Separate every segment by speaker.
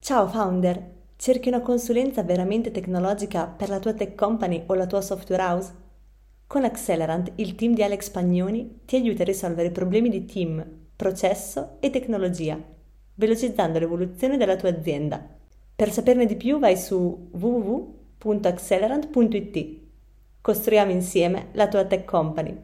Speaker 1: Ciao founder, cerchi una consulenza veramente tecnologica per la tua tech company o la tua software house? Con Accelerant, il team di Alex Pagnoni ti aiuta a risolvere problemi di team, processo e tecnologia, velocizzando l'evoluzione della tua azienda. Per saperne di più vai su www.accelerant.it. Costruiamo insieme la tua tech company.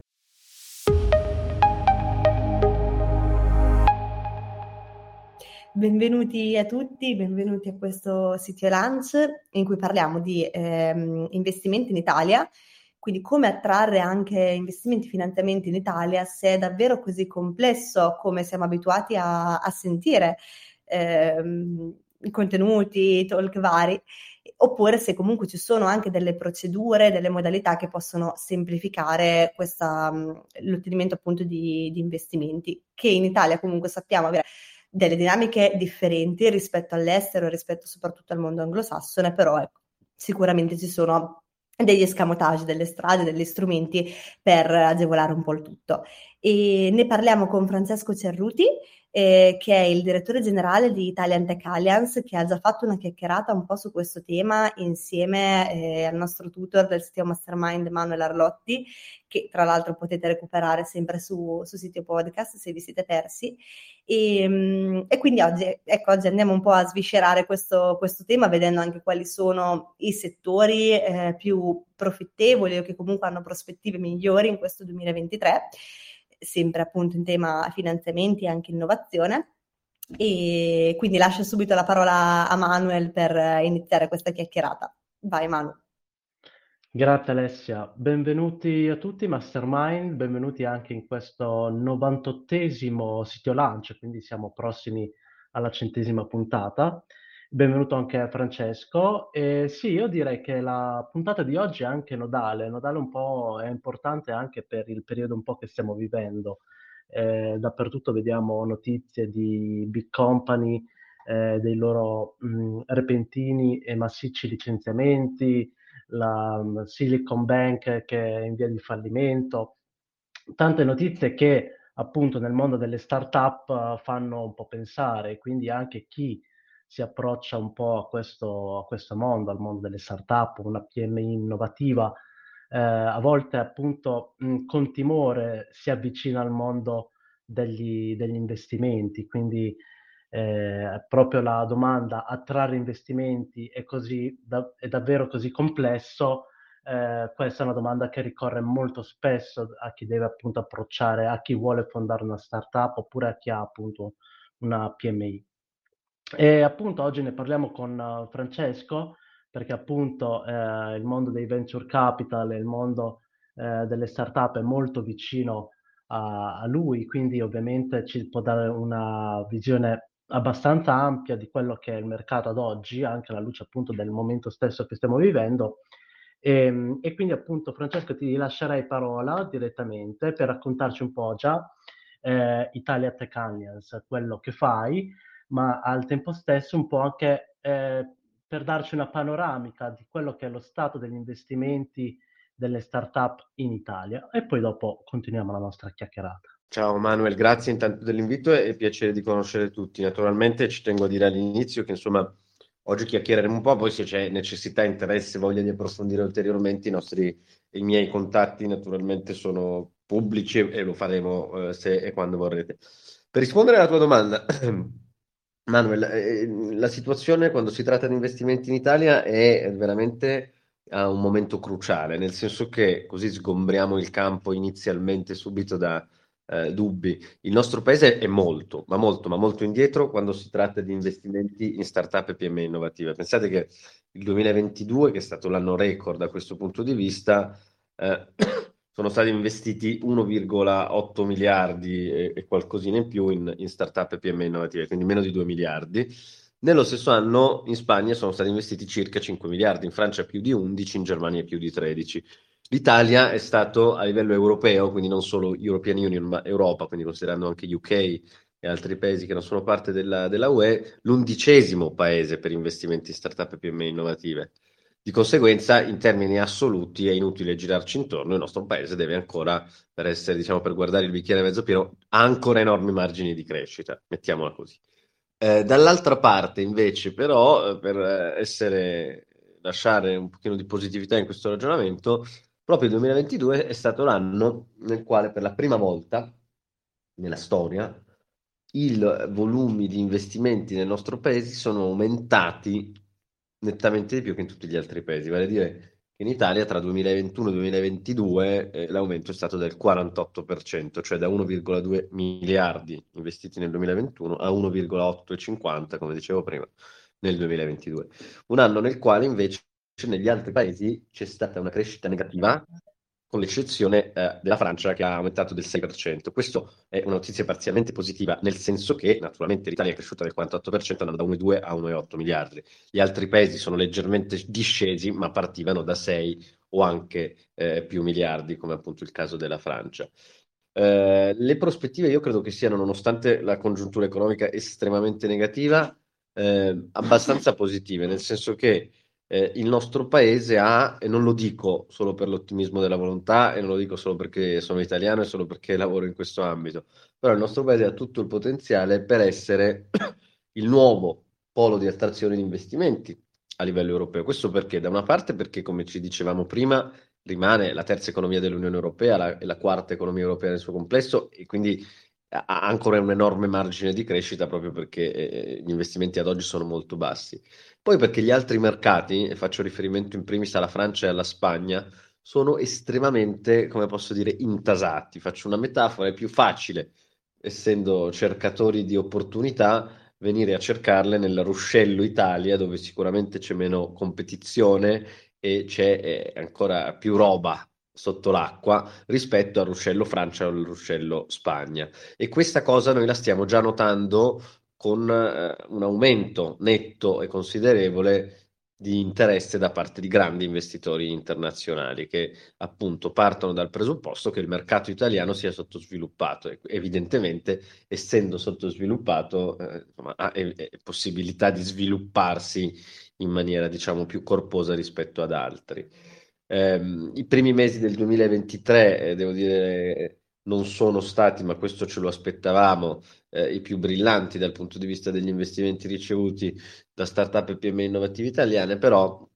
Speaker 1: Benvenuti a tutti, benvenuti a questo sito Lunch in cui parliamo di investimenti in Italia, quindi come attrarre anche investimenti e finanziamenti in Italia se è davvero così complesso come siamo abituati a sentire i contenuti, talk vari, oppure se comunque ci sono anche delle procedure, delle modalità che possono semplificare l'ottenimento appunto di investimenti, che in Italia comunque sappiamo avere delle dinamiche differenti rispetto all'estero, rispetto soprattutto al mondo anglosassone, però ecco, sicuramente ci sono degli escamotage, delle strade, degli strumenti per agevolare un po' il tutto. E ne parliamo con Francesco Cerruti, che è il direttore generale di Italian Tech Alliance, che ha già fatto una chiacchierata un po' su questo tema insieme al nostro tutor del sito Mastermind Manuel Arlotti, che tra l'altro potete recuperare sempre su sito podcast se vi siete persi. E quindi oggi andiamo un po' a sviscerare questo tema, vedendo anche quali sono i settori più profittevoli o che comunque hanno prospettive migliori in questo 2023, sempre appunto in tema finanziamenti e anche innovazione. E quindi lascio subito la parola a Manuel per iniziare questa chiacchierata. Vai Manu.
Speaker 2: Grazie Alessia, benvenuti a tutti Mastermind, benvenuti anche in questo 98esimo sito Lunch, quindi siamo prossimi alla 100ª puntata. Benvenuto anche a Francesco. E sì, io direi che la puntata di oggi è anche nodale. Nodale un po' è importante anche per il periodo un po' che stiamo vivendo. Dappertutto vediamo notizie di big company, dei loro repentini e massicci licenziamenti, la Silicon Bank che è in via di fallimento, tante notizie che appunto nel mondo delle start-up fanno un po' pensare, quindi anche chi si approccia un po' a questo mondo, al mondo delle start-up, una PMI innovativa, a volte appunto con timore si avvicina al mondo degli investimenti, quindi proprio la domanda attrarre investimenti è davvero così complesso. Questa è una domanda che ricorre molto spesso a chi deve appunto approcciare, a chi vuole fondare una startup oppure a chi ha appunto una PMI. E appunto oggi ne parliamo con Francesco, perché appunto il mondo dei venture capital e il mondo delle startup è molto vicino a lui, quindi ovviamente ci può dare una visione abbastanza ampia di quello che è il mercato ad oggi, anche alla luce appunto del momento stesso che stiamo vivendo. E quindi appunto Francesco ti lascerei parola direttamente per raccontarci un po' già Italia Tech Alliance, quello che fai, ma al tempo stesso un po' anche per darci una panoramica di quello che è lo stato degli investimenti delle start-up in Italia e poi dopo continuiamo la nostra chiacchierata.
Speaker 3: Ciao Manuel, grazie intanto dell'invito e piacere di conoscere tutti. Naturalmente ci tengo a dire all'inizio che insomma oggi chiacchiereremo un po', poi se c'è necessità, interesse, voglia di approfondire ulteriormente i miei contatti naturalmente sono pubblici e lo faremo se e quando vorrete. Per rispondere alla tua domanda, Manuel, la situazione quando si tratta di investimenti in Italia è veramente a un momento cruciale, nel senso che così sgombriamo il campo inizialmente subito da dubbi. Il nostro paese è molto, ma molto indietro quando si tratta di investimenti in startup e PMI innovative. Pensate che il 2022, che è stato l'anno record da questo punto di vista, eh, sono stati investiti 1,8 miliardi e qualcosina in più in startup e PMI innovative, quindi meno di 2 miliardi. Nello stesso anno in Spagna sono stati investiti circa 5 miliardi, in Francia più di 11, in Germania più di 13. L'Italia è stato a livello europeo, quindi non solo European Union, ma Europa, quindi considerando anche UK e altri paesi che non sono parte della UE, l'11° paese per investimenti in startup e PMI innovative. Di conseguenza, in termini assoluti, è inutile girarci intorno, il nostro paese deve ancora, per essere, diciamo, per guardare il bicchiere mezzo pieno, ha ancora enormi margini di crescita, mettiamola così. Dall'altra parte, invece, però, per lasciare un pochino di positività in questo ragionamento, proprio il 2022 è stato l'anno nel quale per la prima volta nella storia i volumi di investimenti nel nostro paese sono aumentati nettamente di più che in tutti gli altri paesi, vale a dire che in Italia tra 2021 e 2022 l'aumento è stato del 48%, cioè da 1,2 miliardi investiti nel 2021 a 1,850, come dicevo prima, nel 2022. Un anno nel quale invece negli altri paesi c'è stata una crescita negativa, con l'eccezione della Francia che ha aumentato del 6%. Questo è una notizia parzialmente positiva, nel senso che naturalmente l'Italia è cresciuta del 48%, andando da 1,2 a 1,8 miliardi. Gli altri paesi sono leggermente discesi, ma partivano da 6 o anche più miliardi, come appunto il caso della Francia. Le prospettive io credo che siano, nonostante la congiuntura economica estremamente negativa, abbastanza positive, nel senso che il nostro paese ha, e non lo dico solo per l'ottimismo della volontà, e non lo dico solo perché sono italiano e solo perché lavoro in questo ambito, però il nostro paese ha tutto il potenziale per essere il nuovo polo di attrazione di investimenti a livello europeo. Questo perché? Da una parte perché, come ci dicevamo prima, rimane la terza economia dell'Unione Europea e la quarta economia europea nel suo complesso e quindi ha ancora un enorme margine di crescita proprio perché gli investimenti ad oggi sono molto bassi. Poi perché gli altri mercati, e faccio riferimento in primis alla Francia e alla Spagna, sono estremamente, come posso dire, intasati. Faccio una metafora, è più facile, essendo cercatori di opportunità, venire a cercarle nel ruscello Italia, dove sicuramente c'è meno competizione e c'è ancora più roba sotto l'acqua rispetto al ruscello Francia o al ruscello Spagna. E questa cosa noi la stiamo già notando con un aumento netto e considerevole di interesse da parte di grandi investitori internazionali che appunto partono dal presupposto che il mercato italiano sia sottosviluppato e evidentemente essendo sottosviluppato insomma, ha possibilità di svilupparsi in maniera diciamo più corposa rispetto ad altri. I primi mesi del 2023 devo dire non sono stati, ma questo ce lo aspettavamo, i più brillanti dal punto di vista degli investimenti ricevuti da startup e PMI innovative italiane, però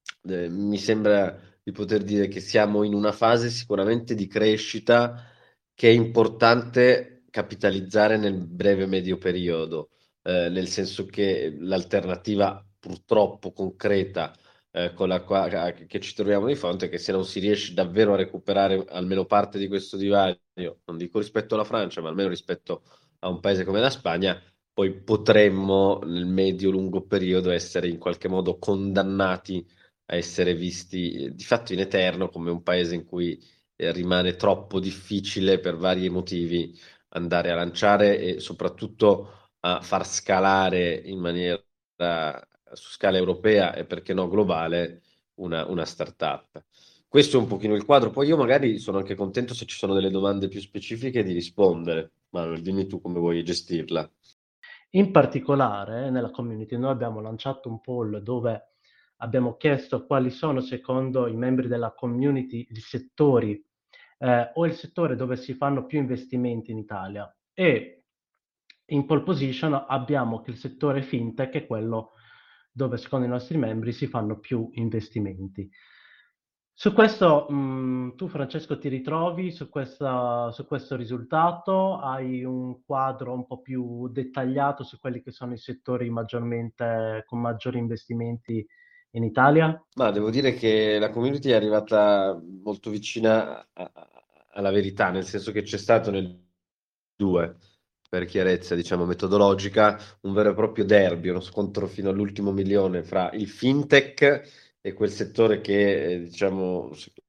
Speaker 3: mi sembra di poter dire che siamo in una fase sicuramente di crescita che è importante capitalizzare nel breve e medio periodo, nel senso che l'alternativa purtroppo concreta con che ci troviamo di fronte è che se non si riesce davvero a recuperare almeno parte di questo divario, non dico rispetto alla Francia, ma almeno rispetto a un paese come la Spagna, poi potremmo nel medio-lungo periodo essere in qualche modo condannati a essere visti di fatto in eterno come un paese in cui rimane troppo difficile per vari motivi andare a lanciare e soprattutto a far scalare in maniera su scala europea e perché no globale una startup. Questo è un pochino il quadro. Poi io magari sono anche contento se ci sono delle domande più specifiche di rispondere. Manuel, dimmi tu come vuoi gestirla.
Speaker 2: In particolare, nella community noi abbiamo lanciato un poll dove abbiamo chiesto quali sono, secondo i membri della community, i settori o il settore dove si fanno più investimenti in Italia. E in pole position abbiamo che il settore fintech è quello dove, secondo i nostri membri, si fanno più investimenti. Su questo, tu Francesco ti ritrovi su questo risultato? Hai un quadro un po' più dettagliato su quelli che sono i settori con maggiori investimenti in Italia?
Speaker 3: Ma devo dire che la community è arrivata molto vicina alla verità, nel senso che c'è stato nel 2, per chiarezza, diciamo, metodologica, un vero e proprio derby, uno scontro fino all'ultimo milione fra il fintech e quel settore che, diciamo,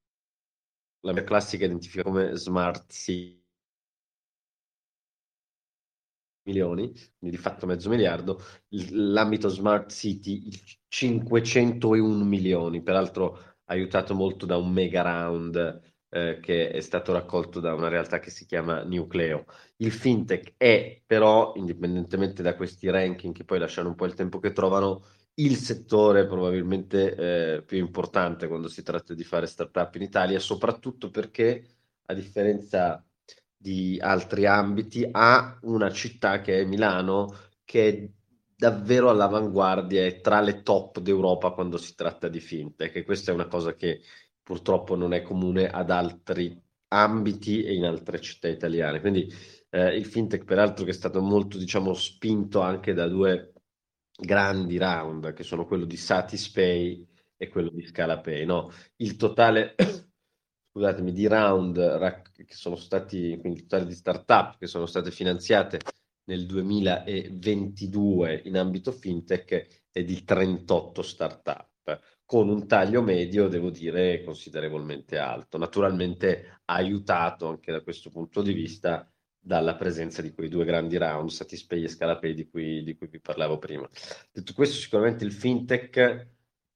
Speaker 3: la mia classica identifica come smart city milioni, quindi di fatto mezzo miliardo, l'ambito Smart City 501 milioni, peraltro aiutato molto da un mega round che è stato raccolto da una realtà che si chiama Nucleo. Il fintech è però, indipendentemente da questi ranking che poi lasciano un po' il tempo che trovano, il settore probabilmente più importante quando si tratta di fare startup in Italia, soprattutto perché a differenza di altri ambiti, ha una città che è Milano, che è davvero all'avanguardia e tra le top d'Europa quando si tratta di fintech, e questa è una cosa che purtroppo non è comune ad altri ambiti e in altre città italiane. Quindi il fintech, peraltro, che è stato molto, diciamo, spinto anche da due grandi round, che sono quello di Satispay e quello di Scalapay, no? Il totale, scusatemi, di round che sono stati, quindi il totale di startup che sono state finanziate nel 2022 in ambito fintech è di 38 startup, con un taglio medio, devo dire, considerevolmente alto. Naturalmente aiutato anche da questo punto di vista dalla presenza di quei due grandi round, Satispay e Scalapay, di cui vi parlavo prima. Detto questo, sicuramente il fintech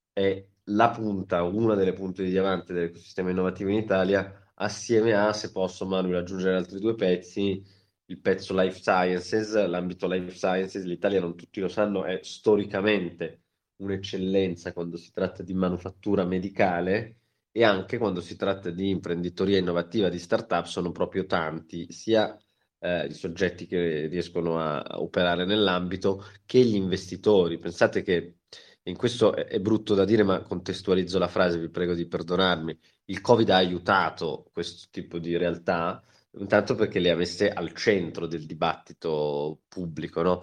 Speaker 3: è la punta, una delle punte di diamante dell'ecosistema innovativo in Italia, assieme a, se posso, Manuel, aggiungere altri due pezzi, il pezzo Life Sciences. L'ambito Life Sciences, l'Italia, non tutti lo sanno, è storicamente un'eccellenza quando si tratta di manifattura medicale, e anche quando si tratta di imprenditoria innovativa, di startup, sono proprio tanti, sia i soggetti che riescono a operare nell'ambito che gli investitori. Pensate che, in questo è brutto da dire, ma contestualizzo la frase, vi prego di perdonarmi, il Covid ha aiutato questo tipo di realtà, intanto perché le ha messe al centro del dibattito pubblico, no?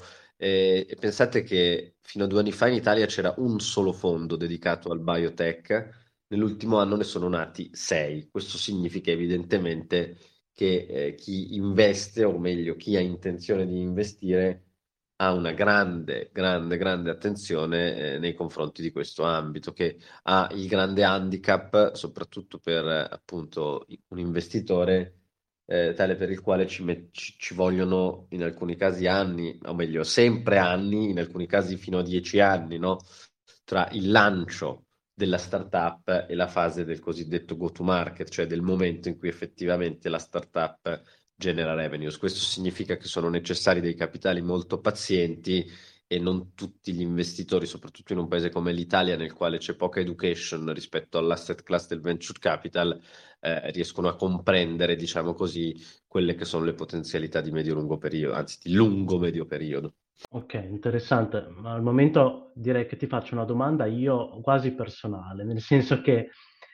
Speaker 3: E pensate che fino a 2 anni fa in Italia c'era un solo fondo dedicato al biotech, nell'ultimo anno ne sono nati 6. Questo significa evidentemente che chi investe, o meglio, chi ha intenzione di investire, ha una grande, grande, grande attenzione nei confronti di questo ambito, che ha il grande handicap, soprattutto per appunto un investitore, tale per il quale ci vogliono in alcuni casi anni, o meglio, sempre anni, in alcuni casi fino a 10 anni, no? Tra il lancio della startup e la fase del cosiddetto go to market, cioè del momento in cui effettivamente la startup genera revenues. Questo significa che sono necessari dei capitali molto pazienti, e non tutti gli investitori, soprattutto in un paese come l'Italia, nel quale c'è poca education rispetto all'asset class del venture capital, riescono a comprendere, diciamo così, quelle che sono le potenzialità di medio-lungo periodo, anzi di lungo-medio periodo.
Speaker 2: Ok, interessante, ma al momento direi che ti faccio una domanda io quasi personale, nel senso che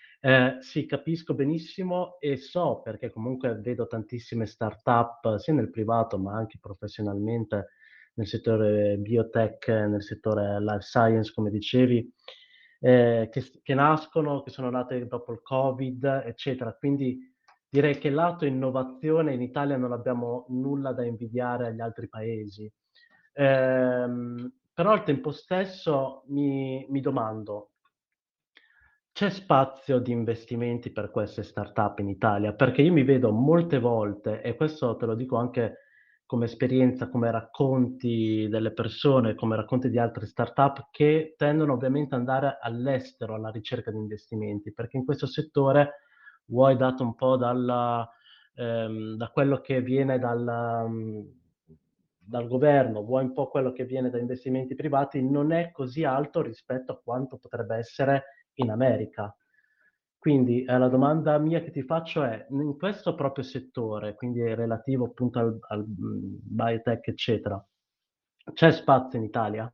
Speaker 2: sì, capisco benissimo e so, perché comunque vedo tantissime start-up sia nel privato ma anche professionalmente nel settore biotech, nel settore life science, come dicevi, che nascono, che sono nate dopo il Covid, eccetera. Quindi direi che lato innovazione in Italia non abbiamo nulla da invidiare agli altri paesi. Però al tempo stesso mi domando, c'è spazio di investimenti per queste startup in Italia? Perché io mi vedo molte volte, e questo te lo dico anche come esperienza, come racconti delle persone, come racconti di altre startup, che tendono ovviamente ad andare all'estero alla ricerca di investimenti, perché in questo settore, vuoi dato un po' da quello che viene dal governo, vuoi un po' quello che viene da investimenti privati, non è così alto rispetto a quanto potrebbe essere in America. Quindi la domanda mia che ti faccio è, in questo proprio settore, quindi relativo appunto al biotech, eccetera, c'è spazio in Italia?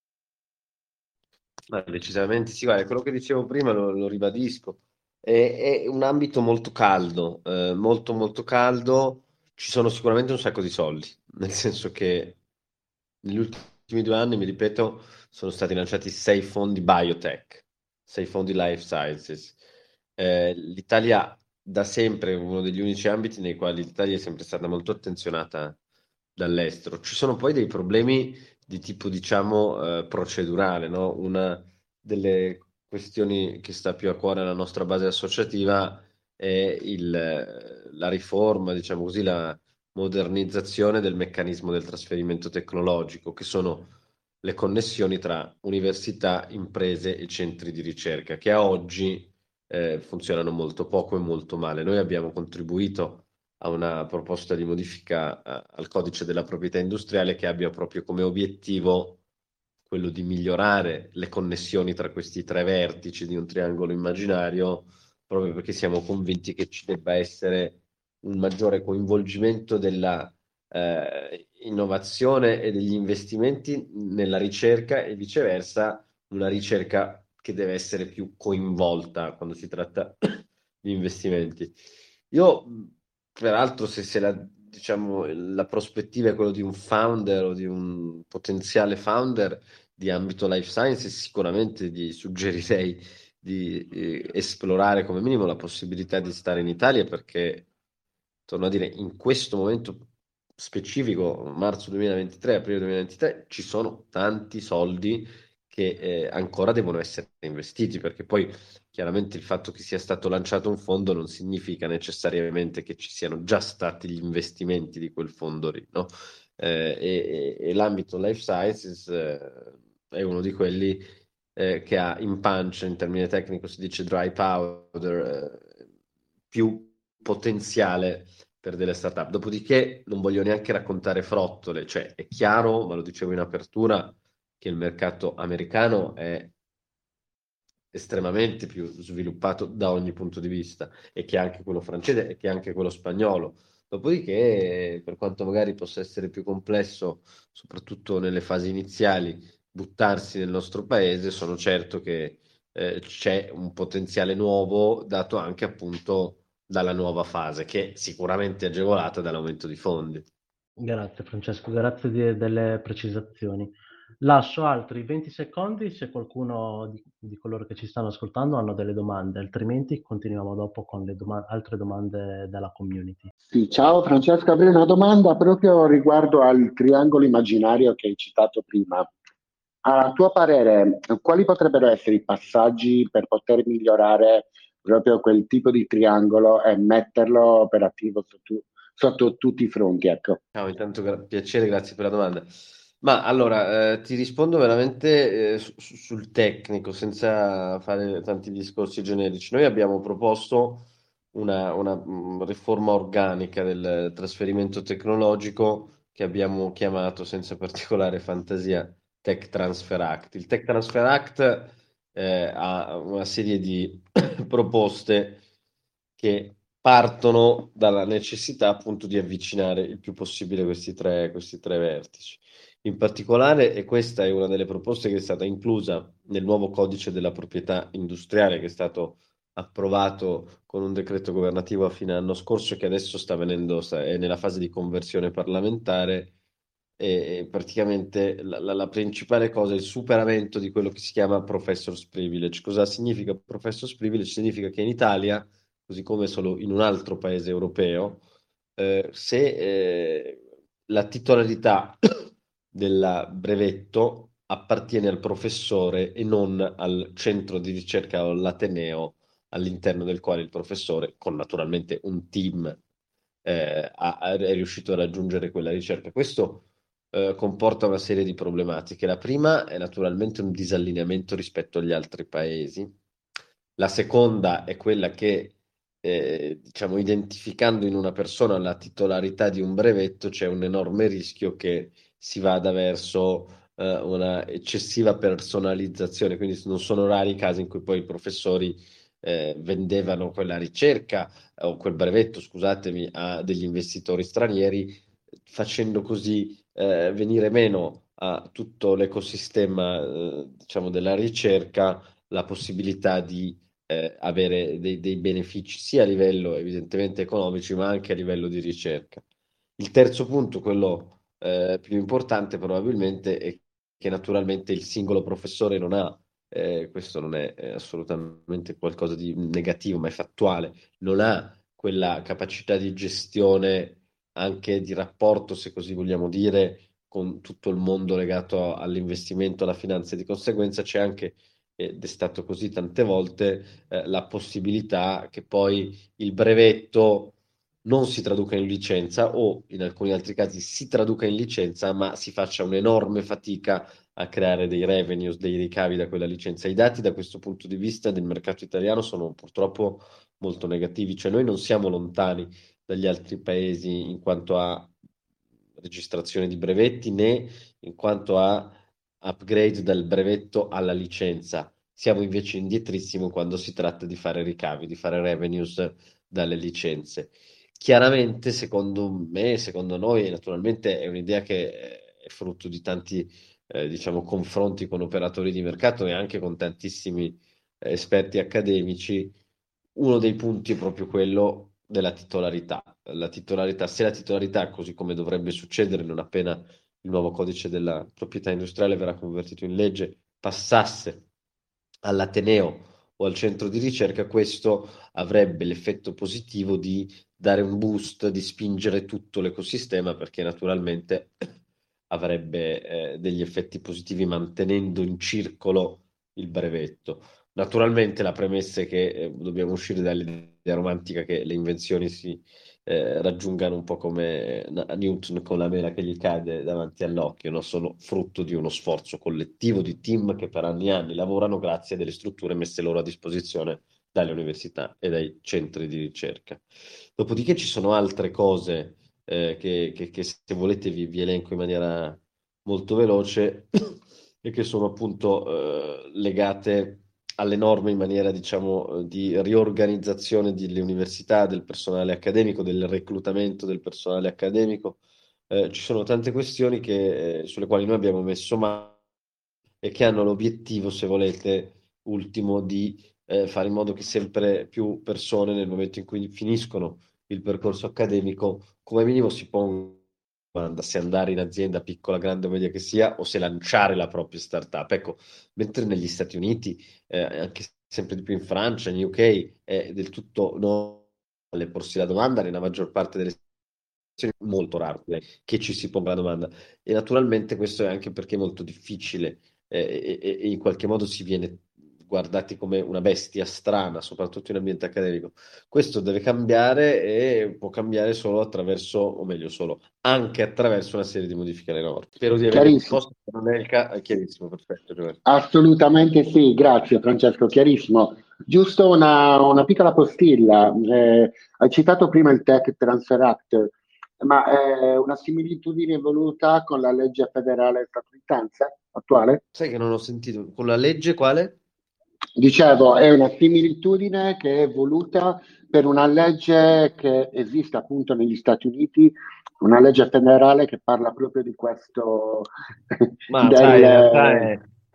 Speaker 3: Decisamente sì, guarda, quello che dicevo prima lo ribadisco. È un ambito molto caldo, molto molto caldo. Ci sono sicuramente un sacco di soldi, nel senso che negli ultimi 2 anni, mi ripeto, sono stati lanciati 6 fondi biotech, 6 fondi life sciences. L'Italia da sempre è uno degli unici ambiti nei quali l'Italia è sempre stata molto attenzionata dall'estero. Ci sono poi dei problemi di tipo, diciamo, procedurale, no? Una delle questioni che sta più a cuore alla nostra base associativa è la riforma, diciamo così, la modernizzazione del meccanismo del trasferimento tecnologico, che sono le connessioni tra università, imprese e centri di ricerca, che a oggi funzionano molto poco e molto male. Noi abbiamo contribuito a una proposta di modifica al codice della proprietà industriale che abbia proprio come obiettivo quello di migliorare le connessioni tra questi tre vertici di un triangolo immaginario, proprio perché siamo convinti che ci debba essere un maggiore coinvolgimento innovazione e degli investimenti nella ricerca e viceversa una ricerca che deve essere più coinvolta quando si tratta di investimenti. Io, peraltro, se diciamo, la prospettiva è quella di un founder o di un potenziale founder di ambito life sciences, sicuramente gli suggerirei di esplorare come minimo la possibilità di stare in Italia perché, torno a dire, in questo momento specifico, marzo 2023, aprile 2023, ci sono tanti soldi che ancora devono essere investiti, perché poi chiaramente il fatto che sia stato lanciato un fondo non significa necessariamente che ci siano già stati gli investimenti di quel fondo lì, no? E l'ambito life sciences è uno di quelli che ha in punch, in termine tecnico si dice dry powder, più potenziale per delle startup. Dopodiché non voglio neanche raccontare frottole, cioè è chiaro, ma lo dicevo in apertura, che il mercato americano è estremamente più sviluppato da ogni punto di vista e che anche quello francese e che anche quello spagnolo. Dopodiché, per quanto magari possa essere più complesso, soprattutto nelle fasi iniziali, buttarsi nel nostro paese, sono certo che c'è un potenziale nuovo dato anche appunto dalla nuova fase, che è sicuramente agevolata dall'aumento di fondi.
Speaker 2: Grazie Francesco, grazie delle precisazioni. Lascio altri 20 secondi se qualcuno di coloro che ci stanno ascoltando hanno delle domande, altrimenti continuiamo dopo con le altre domande dalla community.
Speaker 4: Sì, ciao Francesco, avrei una domanda proprio riguardo al triangolo immaginario che hai citato prima. A tuo parere, quali potrebbero essere i passaggi per poter migliorare proprio quel tipo di triangolo e metterlo operativo sotto tutti i fronti? Ecco.
Speaker 3: Ciao, intanto piacere, grazie per la domanda. Ma allora, ti rispondo veramente sul tecnico, senza fare tanti discorsi generici. Noi abbiamo proposto una riforma organica del trasferimento tecnologico che abbiamo chiamato, senza particolare fantasia, Tech Transfer Act. Il Tech Transfer Act ha una serie di proposte che partono dalla necessità appunto di avvicinare il più possibile questi tre vertici. In particolare, e questa è una delle proposte che è stata inclusa nel nuovo codice della proprietà industriale che è stato approvato con un decreto governativo a fine anno scorso, che adesso è nella fase di conversione parlamentare. E praticamente la principale cosa è il superamento di quello che si chiama professor's privilege. Cosa significa professor's privilege? Significa che in Italia, così come solo in un altro paese europeo, se la titolarità del brevetto appartiene al professore e non al centro di ricerca o all'ateneo all'interno del quale il professore, con naturalmente un team, è riuscito a raggiungere quella ricerca. Questo comporta una serie di problematiche. La prima è naturalmente un disallineamento rispetto agli altri paesi. La seconda è quella che, diciamo, identificando in una persona la titolarità di un brevetto, c'è un enorme rischio che si vada verso una eccessiva personalizzazione. Quindi non sono rari i casi in cui poi i professori vendevano quella ricerca o quel brevetto, scusatemi, a degli investitori stranieri, facendo così venire meno a tutto l'ecosistema, diciamo, della ricerca la possibilità di avere dei benefici sia a livello evidentemente economici, ma anche a livello di ricerca. Il terzo punto, quello più importante probabilmente, è che naturalmente il singolo professore non ha, questo non è assolutamente qualcosa di negativo, ma è fattuale, non ha quella capacità di gestione anche di rapporto, se così vogliamo dire, con tutto il mondo legato all'investimento, alla finanza, e di conseguenza c'è anche, ed è stato così tante volte, la possibilità che poi il brevetto non si traduca in licenza o in alcuni altri casi si traduca in licenza, ma si faccia un'enorme fatica a creare dei revenues, dei ricavi da quella licenza. I dati da questo punto di vista del mercato italiano sono purtroppo molto negativi, cioè noi non siamo lontani dagli altri paesi in quanto a registrazione di brevetti né in quanto a upgrade dal brevetto alla licenza. Siamo invece indietrissimo quando si tratta di fare ricavi, di fare revenues dalle licenze. chiaramente, secondo me, secondo noi, naturalmente è un'idea che è frutto di tanti, diciamo, confronti con operatori di mercato e anche con tantissimi esperti accademici. Uno dei punti è proprio quello della titolarità. La titolarità, se la titolarità, così come dovrebbe succedere non appena il nuovo codice della proprietà industriale verrà convertito in legge, passasse all'Ateneo o al centro di ricerca, questo avrebbe l'effetto positivo di dare un boost, di spingere tutto l'ecosistema, perché naturalmente avrebbe degli effetti positivi mantenendo in circolo il brevetto. Naturalmente la premessa è che dobbiamo uscire dall'idea romantica che le invenzioni si raggiungano un po' come Newton con la mela che gli cade davanti all'occhio, no? Sono frutto di uno sforzo collettivo di team che per anni e anni lavorano grazie a delle strutture messe loro a disposizione dalle università e dai centri di ricerca. Dopodiché ci sono altre cose che se volete vi elenco in maniera molto veloce e che sono appunto legate alle norme in maniera, diciamo, di riorganizzazione delle università, del personale accademico, del reclutamento del personale accademico. Ci sono tante questioni sulle quali noi abbiamo messo mano e che hanno l'obiettivo, se volete, ultimo di fare in modo che sempre più persone, nel momento in cui finiscono il percorso accademico, come minimo si pongano la domanda se andare in azienda piccola, grande o media che sia, o se lanciare la propria startup. Ecco, mentre negli Stati Uniti, anche sempre di più in Francia, in UK, è del tutto normale porsi la domanda, nella maggior parte delle situazioni molto raro che ci si ponga la domanda. E naturalmente questo è anche perché è molto difficile e in qualche modo si viene guardati come una bestia strana, soprattutto in ambiente accademico. Questo deve cambiare e può cambiare solo attraverso, o meglio solo, anche attraverso una serie di modifiche alle norme. Spero di aver
Speaker 4: Chiarissimo.
Speaker 3: risposto, se non è il caso, è chiarissimo, perfetto, Giovanni.
Speaker 4: Assolutamente sì, grazie Francesco, chiarissimo. Giusto una piccola postilla. Hai citato prima il Tech Transfer Act, ma è una similitudine voluta con la legge federale statunitense attuale?
Speaker 3: Sai che non ho sentito, con la legge quale?
Speaker 4: Dicevo, è una similitudine che è voluta per una legge che esiste appunto negli Stati Uniti, una legge federale che parla proprio di questo,
Speaker 3: Ma sai, in realtà
Speaker 4: del,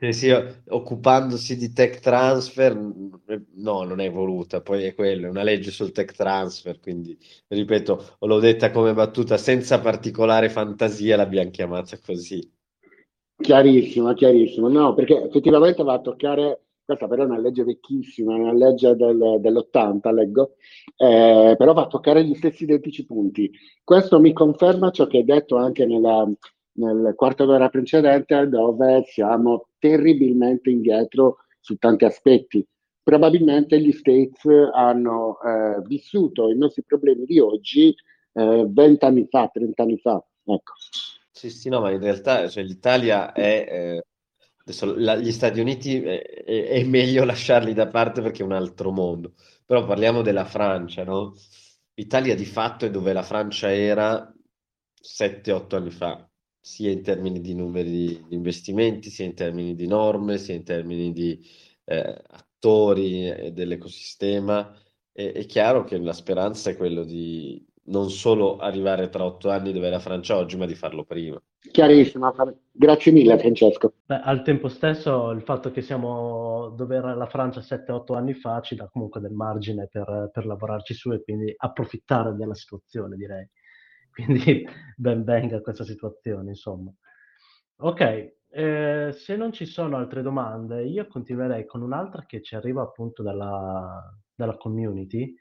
Speaker 3: occupandosi di tech transfer, no, non è voluta, poi è quello, è una legge sul tech transfer, quindi ripeto, l'ho detta come battuta senza particolare fantasia, l'abbiamo chiamata così.
Speaker 4: chiarissimo, chiarissimo. No, perché effettivamente va a toccare, questa però è una legge vecchissima, è una legge dell'80, leggo, però va a toccare gli stessi identici punti. Questo mi conferma ciò che hai detto anche nel quarto d'ora precedente, dove siamo terribilmente indietro su tanti aspetti. Probabilmente gli States hanno vissuto i nostri problemi di oggi 20 anni fa, 30 anni fa. Ecco.
Speaker 3: Sì, sì, no, ma in realtà cioè, l'Italia è... adesso gli Stati Uniti è meglio lasciarli da parte perché è un altro mondo, però parliamo della Francia, no? L'Italia di fatto è dove la Francia era 7-8 anni fa, sia in termini di numeri di investimenti, sia in termini di norme, sia in termini di attori dell'ecosistema. È chiaro che la speranza è quello di non solo arrivare tra 8 anni dove è la Francia oggi, ma di farlo prima.
Speaker 4: Chiarissimo, grazie mille Francesco.
Speaker 2: Beh, al tempo stesso il fatto che siamo dove era la Francia 7-8 anni fa ci dà comunque del margine per lavorarci su e quindi approfittare della situazione, direi. Quindi ben venga questa situazione, insomma. Ok, se non ci sono altre domande, io continuerei con un'altra che ci arriva appunto dalla community,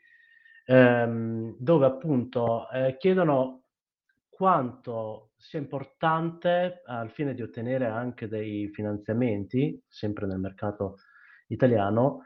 Speaker 2: dove appunto chiedono quanto sia importante al fine di ottenere anche dei finanziamenti, sempre nel mercato italiano,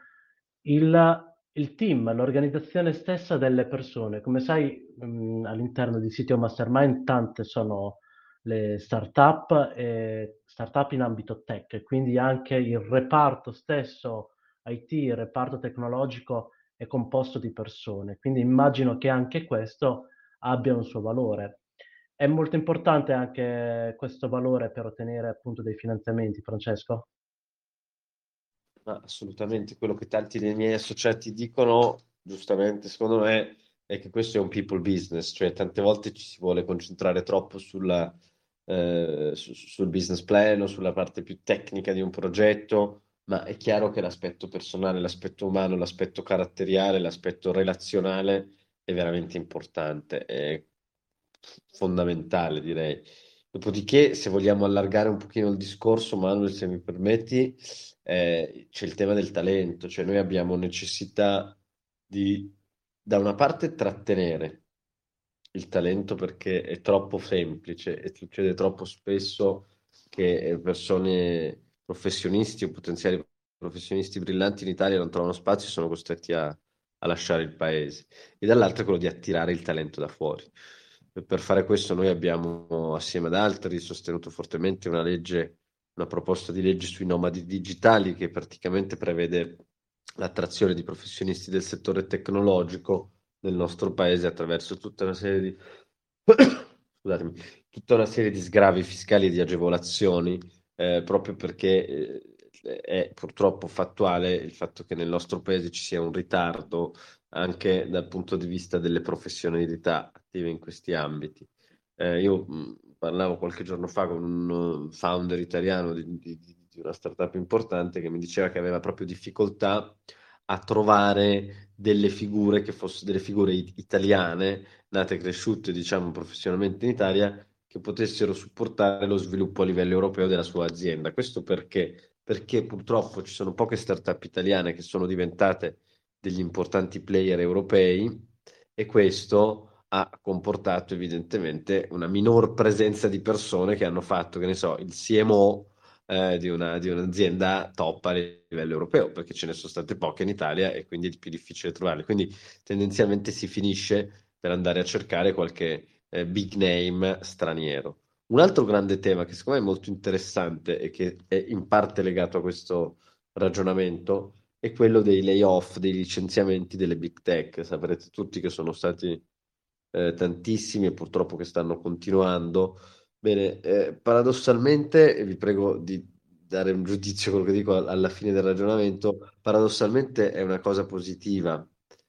Speaker 2: il team, l'organizzazione stessa delle persone. Come sai, all'interno di Sitio Mastermind tante sono le startup in ambito tech, e quindi anche il reparto stesso IT, il reparto tecnologico è composto di persone, quindi immagino che anche questo abbia un suo valore. È molto importante anche questo valore per ottenere appunto dei finanziamenti, Francesco?
Speaker 3: Ma assolutamente quello che tanti dei miei associati dicono, giustamente, secondo me, è che questo è un people business, cioè tante volte ci si vuole concentrare troppo sul business plan o sulla parte più tecnica di un progetto, ma è chiaro che l'aspetto personale, l'aspetto umano, l'aspetto caratteriale, l'aspetto relazionale è veramente importante, è fondamentale, direi. Dopodiché, se vogliamo allargare un pochino il discorso, Manuel, se mi permetti, c'è il tema del talento, cioè noi abbiamo necessità di, da una parte, trattenere il talento perché è troppo semplice e succede troppo spesso che professionisti o potenziali professionisti brillanti in Italia non trovano spazio e sono costretti a lasciare il paese. E dall'altra quello di attirare il talento da fuori. Per fare questo noi abbiamo, assieme ad altri, sostenuto fortemente una proposta di legge sui nomadi digitali che praticamente prevede l'attrazione di professionisti del settore tecnologico nel nostro paese attraverso tutta una serie di scusatemi, tutta una serie di sgravi fiscali e di agevolazioni, proprio perché è purtroppo fattuale il fatto che nel nostro paese ci sia un ritardo anche dal punto di vista delle professionalità attive in questi ambiti. Io parlavo qualche giorno fa con un founder italiano di una startup importante che mi diceva che aveva proprio difficoltà a trovare delle figure che fossero delle figure italiane, nate e cresciute, diciamo, professionalmente in Italia, che potessero supportare lo sviluppo a livello europeo della sua azienda. Questo perché? Perché purtroppo ci sono poche startup italiane che sono diventate degli importanti player europei e questo ha comportato evidentemente una minor presenza di persone che hanno fatto, che ne so, il CMO di un'azienda top a livello europeo, perché ce ne sono state poche in Italia e quindi è più difficile trovarle. Quindi tendenzialmente si finisce per andare a cercare qualche big name straniero. Un altro grande tema che secondo me è molto interessante e che è in parte legato a questo ragionamento è quello dei layoff, dei licenziamenti delle big tech. Saprete tutti che sono stati tantissimi e purtroppo che stanno continuando. Bene, paradossalmente, e vi prego di dare un giudizio quello che dico alla fine del ragionamento, paradossalmente è una cosa positiva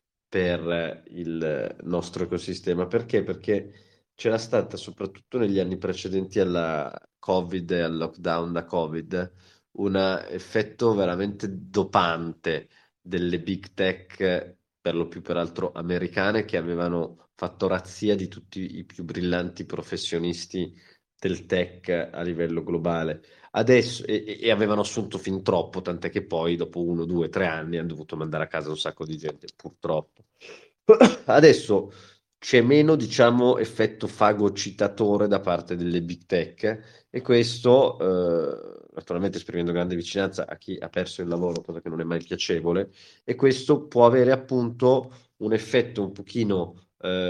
Speaker 3: per il nostro ecosistema. Perché? Perché c'era stata, soprattutto negli anni precedenti alla Covid e al lockdown da Covid, un effetto veramente dopante delle big tech, per lo più peraltro americane, che avevano fatto razzia di tutti i più brillanti professionisti del tech a livello globale. Adesso, e avevano assunto fin troppo, tant'è che poi dopo 1, 2, 3 anni hanno dovuto mandare a casa un sacco di gente, purtroppo. Adesso c'è meno, diciamo, effetto fagocitatore da parte delle big tech e questo, naturalmente esprimendo grande vicinanza a chi ha perso il lavoro, cosa che non è mai piacevole, e questo può avere appunto un effetto un pochino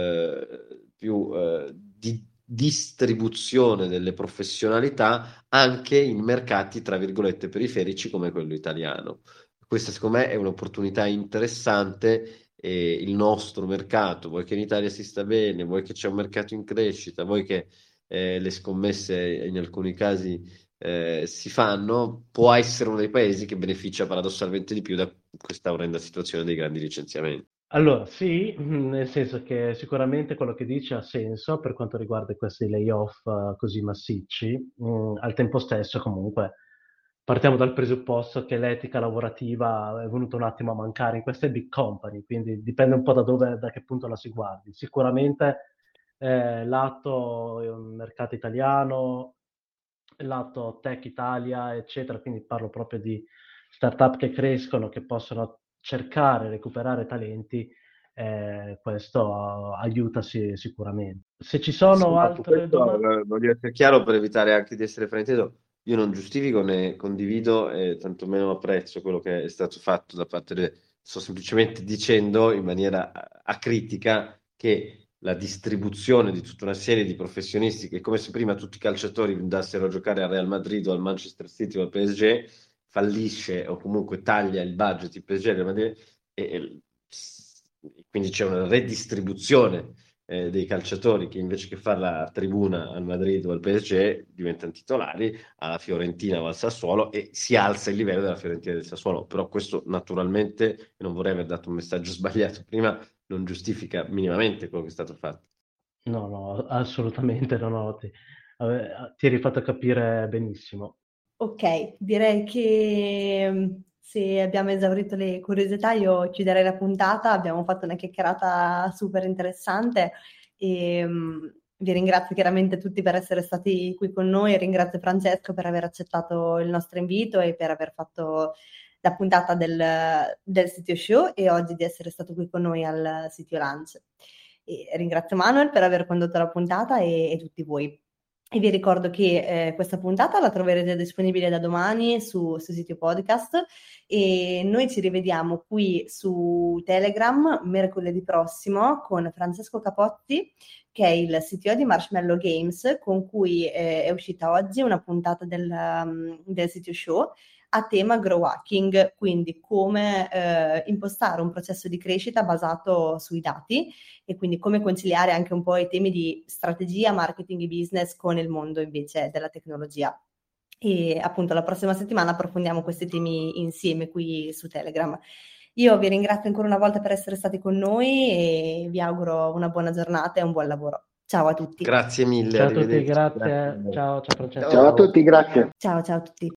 Speaker 3: più di distribuzione delle professionalità anche in mercati, tra virgolette, periferici come quello italiano. Questa secondo me è un'opportunità interessante e il nostro mercato, vuoi che in Italia si sta bene, vuoi che c'è un mercato in crescita, vuoi che le scommesse in alcuni casi si fanno, può essere uno dei paesi che beneficia paradossalmente di più da questa orrenda situazione dei grandi licenziamenti.
Speaker 2: Allora, sì, nel senso che sicuramente quello che dice ha senso per quanto riguarda questi layoff così massicci. Al tempo stesso, comunque, partiamo dal presupposto che l'etica lavorativa è venuta un attimo a mancare in queste big company, quindi dipende un po' da dove, da che punto la si guardi. Sicuramente lato mercato italiano, lato tech Italia, eccetera, quindi parlo proprio di startup che crescono, che possono cercare, recuperare talenti, questo aiuta sicuramente. Se ci
Speaker 3: Sì,
Speaker 2: sono
Speaker 3: no, su
Speaker 2: altre
Speaker 3: questo
Speaker 2: domande...
Speaker 3: voglio essere chiaro per evitare anche di essere frainteso. Io non giustifico né condivido e tantomeno apprezzo quello che è stato fatto da parte del... Sto semplicemente dicendo in maniera acritica che la distribuzione di tutta una serie di professionisti che, come se prima tutti i calciatori andassero a giocare al Real Madrid o al Manchester City o al PSG, fallisce o comunque taglia il budget il PSG, Real Madrid, e quindi c'è una redistribuzione dei calciatori che invece che fare la tribuna al Madrid o al PSG diventano titolari alla Fiorentina o al Sassuolo e si alza il livello della Fiorentina e del Sassuolo. Però questo naturalmente, e non vorrei aver dato un messaggio sbagliato prima, non giustifica minimamente quello che è stato fatto.
Speaker 2: No, no, assolutamente no, ti eri fatto capire benissimo.
Speaker 1: Ok, direi che se abbiamo esaurito le curiosità io chiuderei la puntata, abbiamo fatto una chiacchierata super interessante e vi ringrazio chiaramente tutti per essere stati qui con noi, ringrazio Francesco per aver accettato il nostro invito e per aver fatto la puntata del Sitio Show e oggi di essere stato qui con noi al Sitio Lunch. E ringrazio Manuel per aver condotto la puntata e tutti voi. E vi ricordo che questa puntata la troverete disponibile da domani su sito podcast e noi ci rivediamo qui su Telegram mercoledì prossimo con Francesco Capozzi, che è il CTO di Marshmallow Games, con cui è uscita oggi una puntata del sito show a tema grow hacking, quindi come impostare un processo di crescita basato sui dati e quindi come conciliare anche un po' i temi di strategia, marketing e business con il mondo invece della tecnologia. E appunto la prossima settimana approfondiamo questi temi insieme qui su Telegram. Io vi ringrazio ancora una volta per essere stati con noi e vi auguro una buona giornata e un buon lavoro. Ciao a tutti.
Speaker 3: Grazie mille,
Speaker 2: Ciao a tutti,
Speaker 3: arrivederci.
Speaker 2: grazie. Ciao Francesco.
Speaker 4: Ciao a tutti, grazie.
Speaker 1: Ciao a tutti.